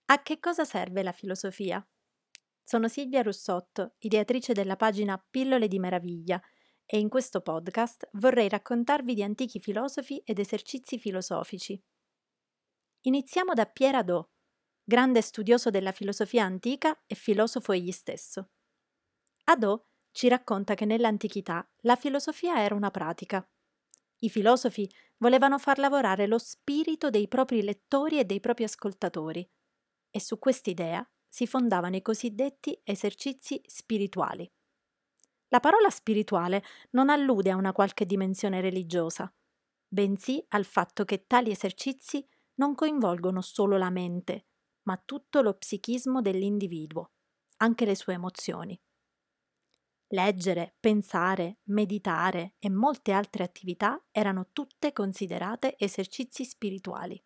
A che cosa serve la filosofia? Sono Silvia Russotto, ideatrice della pagina Pillole di Meraviglia e in questo podcast vorrei raccontarvi di antichi filosofi ed esercizi filosofici. Iniziamo da Pierre Hadot, grande studioso della filosofia antica e filosofo egli stesso. Hadot ci racconta che nell'antichità la filosofia era una pratica. I filosofi volevano far lavorare lo spirito dei propri lettori e dei propri ascoltatori e su quest'idea si fondavano i cosiddetti esercizi spirituali. La parola spirituale non allude a una qualche dimensione religiosa, bensì al fatto che tali esercizi non coinvolgono solo la mente, ma tutto lo psichismo dell'individuo, anche le sue emozioni. Leggere, pensare, meditare e molte altre attività erano tutte considerate esercizi spirituali.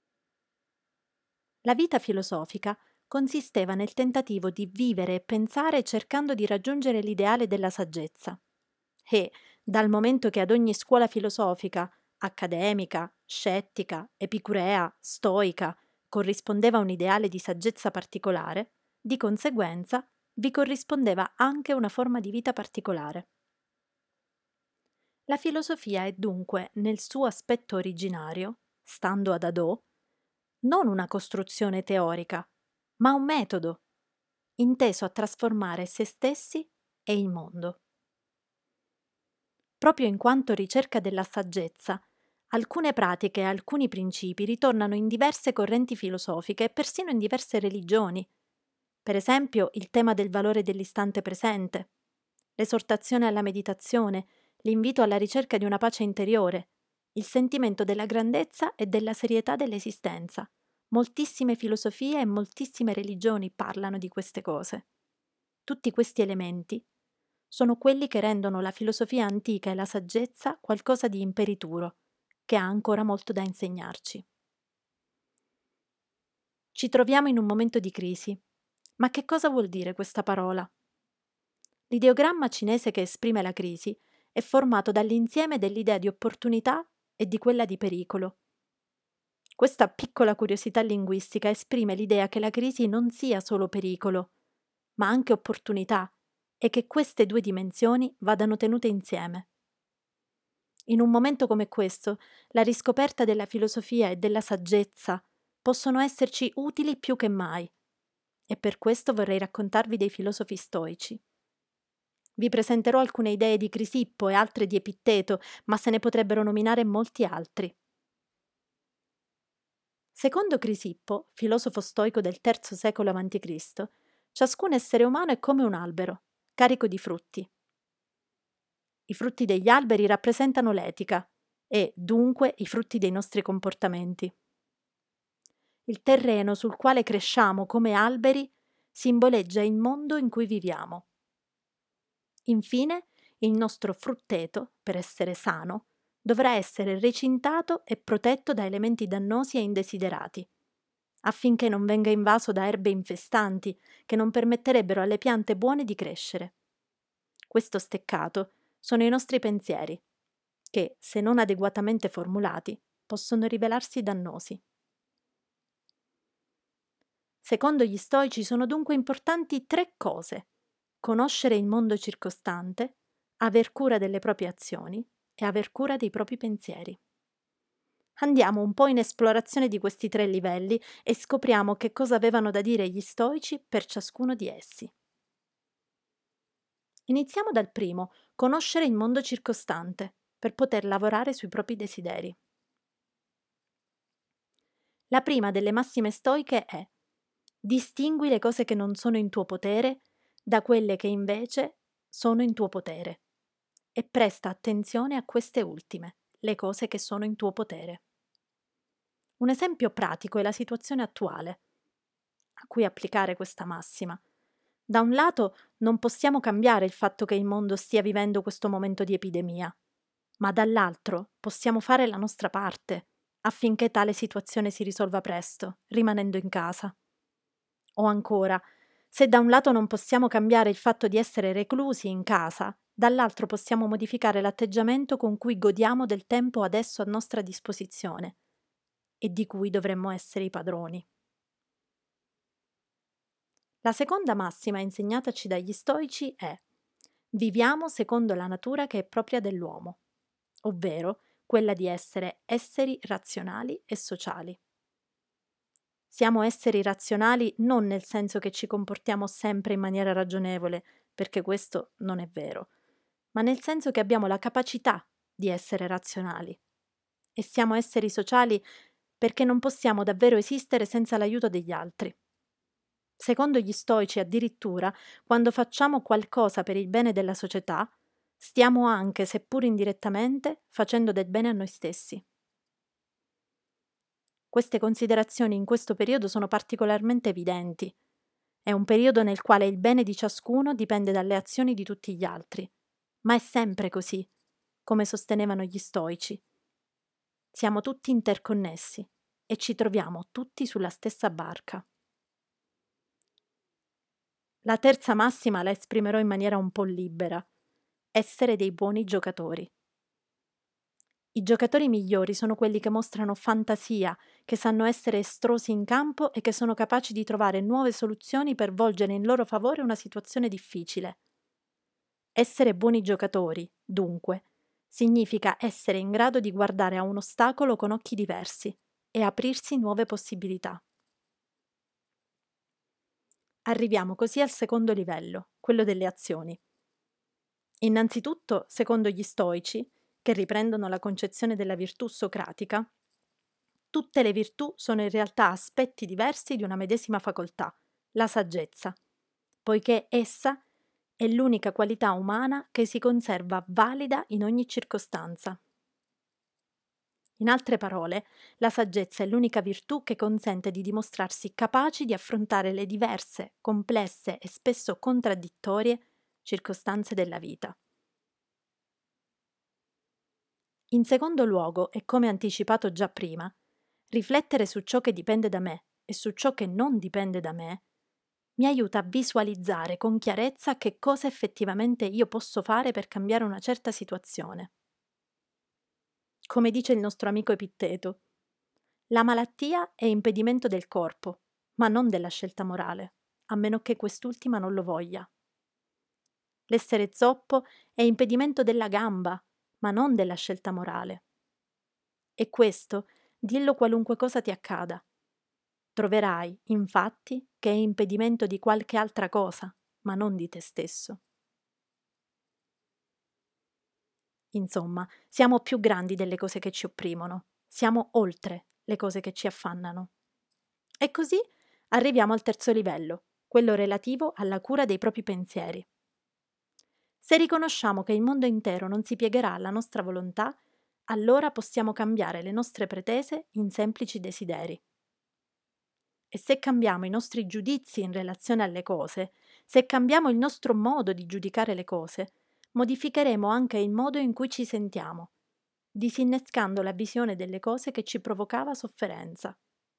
La vita filosofica consisteva nel tentativo di vivere e pensare cercando di raggiungere l'ideale della saggezza. E, dal momento che ad ogni scuola filosofica, accademica, scettica, epicurea, stoica, corrispondeva un ideale di saggezza particolare, di conseguenza vi corrispondeva anche una forma di vita particolare. La filosofia è dunque, nel suo aspetto originario, stando ad Hadot, non una costruzione teorica, ma un metodo, inteso a trasformare se stessi e il mondo. Proprio in quanto ricerca della saggezza, alcune pratiche e alcuni principi ritornano in diverse correnti filosofiche e persino in diverse religioni. Per esempio, il tema del valore dell'istante presente, l'esortazione alla meditazione, l'invito alla ricerca di una pace interiore, il sentimento della grandezza e della serietà dell'esistenza. Moltissime filosofie e moltissime religioni parlano di queste cose. Tutti questi elementi sono quelli che rendono la filosofia antica e la saggezza qualcosa di imperituro, che ha ancora molto da insegnarci. Ci troviamo in un momento di crisi. Ma che cosa vuol dire questa parola? L'ideogramma cinese che esprime la crisi è formato dall'insieme dell'idea di opportunità e di quella di pericolo. Questa piccola curiosità linguistica esprime l'idea che la crisi non sia solo pericolo, ma anche opportunità e che queste due dimensioni vadano tenute insieme. In un momento come questo, la riscoperta della filosofia e della saggezza possono esserci utili più che mai, e per questo vorrei raccontarvi dei filosofi stoici. Vi presenterò alcune idee di Crisippo e altre di Epitteto, ma se ne potrebbero nominare molti altri. Secondo Crisippo, filosofo stoico del III secolo a.C., ciascun essere umano è come un albero, carico di frutti. I frutti degli alberi rappresentano l'etica e, dunque, i frutti dei nostri comportamenti. Il terreno sul quale cresciamo come alberi simboleggia il mondo in cui viviamo. Infine, il nostro frutteto, per essere sano, dovrà essere recintato e protetto da elementi dannosi e indesiderati, affinché non venga invaso da erbe infestanti che non permetterebbero alle piante buone di crescere. Questo steccato sono i nostri pensieri, che, se non adeguatamente formulati, possono rivelarsi dannosi. Secondo gli stoici sono dunque importanti tre cose: conoscere il mondo circostante, aver cura delle proprie azioni e aver cura dei propri pensieri. Andiamo un po' in esplorazione di questi tre livelli e scopriamo che cosa avevano da dire gli stoici per ciascuno di essi. Iniziamo dal primo, conoscere il mondo circostante, per poter lavorare sui propri desideri. La prima delle massime stoiche è: distingui le cose che non sono in tuo potere da quelle che invece sono in tuo potere e presta attenzione a queste ultime, le cose che sono in tuo potere. Un esempio pratico è la situazione attuale, a cui applicare questa massima. Da un lato non possiamo cambiare il fatto che il mondo stia vivendo questo momento di epidemia, ma dall'altro possiamo fare la nostra parte affinché tale situazione si risolva presto, rimanendo in casa. O ancora, se da un lato non possiamo cambiare il fatto di essere reclusi in casa, dall'altro possiamo modificare l'atteggiamento con cui godiamo del tempo adesso a nostra disposizione e di cui dovremmo essere i padroni. La seconda massima insegnataci dagli stoici è: viviamo secondo la natura che è propria dell'uomo, ovvero quella di essere esseri razionali e sociali. Siamo esseri razionali non nel senso che ci comportiamo sempre in maniera ragionevole, perché questo non è vero, ma nel senso che abbiamo la capacità di essere razionali. E siamo esseri sociali perché non possiamo davvero esistere senza l'aiuto degli altri. Secondo gli stoici, addirittura, quando facciamo qualcosa per il bene della società, stiamo anche, seppur indirettamente, facendo del bene a noi stessi. Queste considerazioni in questo periodo sono particolarmente evidenti. È un periodo nel quale il bene di ciascuno dipende dalle azioni di tutti gli altri. Ma è sempre così, come sostenevano gli stoici. Siamo tutti interconnessi e ci troviamo tutti sulla stessa barca. La terza massima la esprimerò in maniera un po' libera: essere dei buoni giocatori. I giocatori migliori sono quelli che mostrano fantasia, che sanno essere estrosi in campo e che sono capaci di trovare nuove soluzioni per volgere in loro favore una situazione difficile. Essere buoni giocatori, dunque, significa essere in grado di guardare a un ostacolo con occhi diversi e aprirsi nuove possibilità. Arriviamo così al secondo livello, quello delle azioni. Innanzitutto, secondo gli stoici, che riprendono la concezione della virtù socratica, tutte le virtù sono in realtà aspetti diversi di una medesima facoltà, la saggezza, poiché essa è l'unica qualità umana che si conserva valida in ogni circostanza. In altre parole, la saggezza è l'unica virtù che consente di dimostrarsi capaci di affrontare le diverse, complesse e spesso contraddittorie circostanze della vita. In secondo luogo, e come anticipato già prima, riflettere su ciò che dipende da me e su ciò che non dipende da me mi aiuta a visualizzare con chiarezza che cosa effettivamente io posso fare per cambiare una certa situazione. Come dice il nostro amico Epitteto, la malattia è impedimento del corpo, ma non della scelta morale, a meno che quest'ultima non lo voglia. L'essere zoppo è impedimento della gamba, ma non della scelta morale. E questo, dillo qualunque cosa ti accada. Troverai, infatti, che è impedimento di qualche altra cosa, ma non di te stesso. Insomma, siamo più grandi delle cose che ci opprimono, siamo oltre le cose che ci affannano. E così arriviamo al terzo livello, quello relativo alla cura dei propri pensieri. Se riconosciamo che il mondo intero non si piegherà alla nostra volontà, allora possiamo cambiare le nostre pretese in semplici desideri. E se cambiamo i nostri giudizi in relazione alle cose, se cambiamo il nostro modo di giudicare le cose, modificheremo anche il modo in cui ci sentiamo, disinnescando la visione delle cose che ci provocava sofferenza.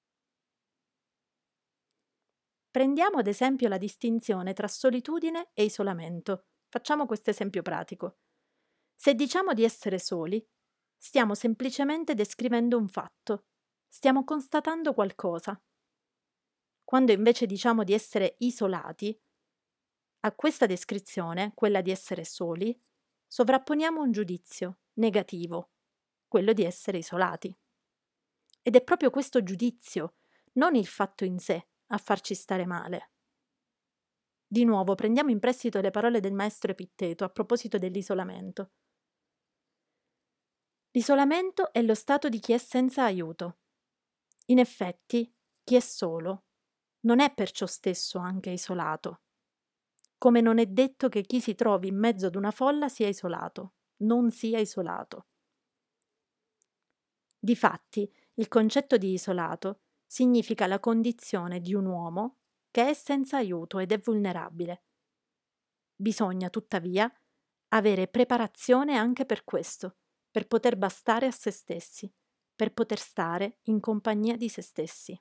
Prendiamo ad esempio la distinzione tra solitudine e isolamento. Facciamo questo esempio pratico. Se diciamo di essere soli, stiamo semplicemente descrivendo un fatto, stiamo constatando qualcosa. Quando invece diciamo di essere isolati, a questa descrizione, quella di essere soli, sovrapponiamo un giudizio negativo, quello di essere isolati. Ed è proprio questo giudizio, non il fatto in sé, a farci stare male. Di nuovo prendiamo in prestito le parole del maestro Epitteto a proposito dell'isolamento. L'isolamento è lo stato di chi è senza aiuto. In effetti, chi è solo non è perciò stesso anche isolato. Come non è detto che chi si trovi in mezzo ad una folla sia isolato, non sia isolato. Difatti, il concetto di isolato significa la condizione di un uomo che è senza aiuto ed è vulnerabile. Bisogna, tuttavia, avere preparazione anche per questo, per poter bastare a se stessi, per poter stare in compagnia di se stessi.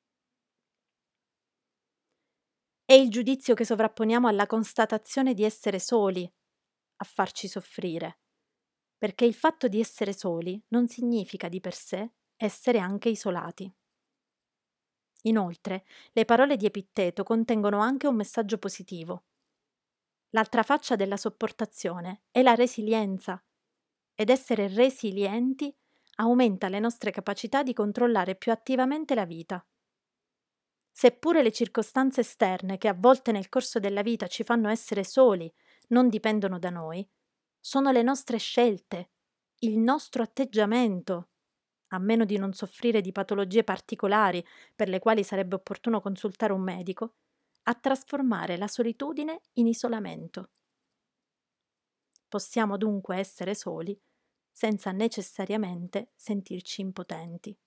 È il giudizio che sovrapponiamo alla constatazione di essere soli a farci soffrire, perché il fatto di essere soli non significa di per sé essere anche isolati. Inoltre, le parole di Epitteto contengono anche un messaggio positivo. L'altra faccia della sopportazione è la resilienza, ed essere resilienti aumenta le nostre capacità di controllare più attivamente la vita. Seppure le circostanze esterne che a volte nel corso della vita ci fanno essere soli non dipendono da noi, sono le nostre scelte, il nostro atteggiamento, a meno di non soffrire di patologie particolari per le quali sarebbe opportuno consultare un medico, a trasformare la solitudine in isolamento. Possiamo dunque essere soli senza necessariamente sentirci impotenti.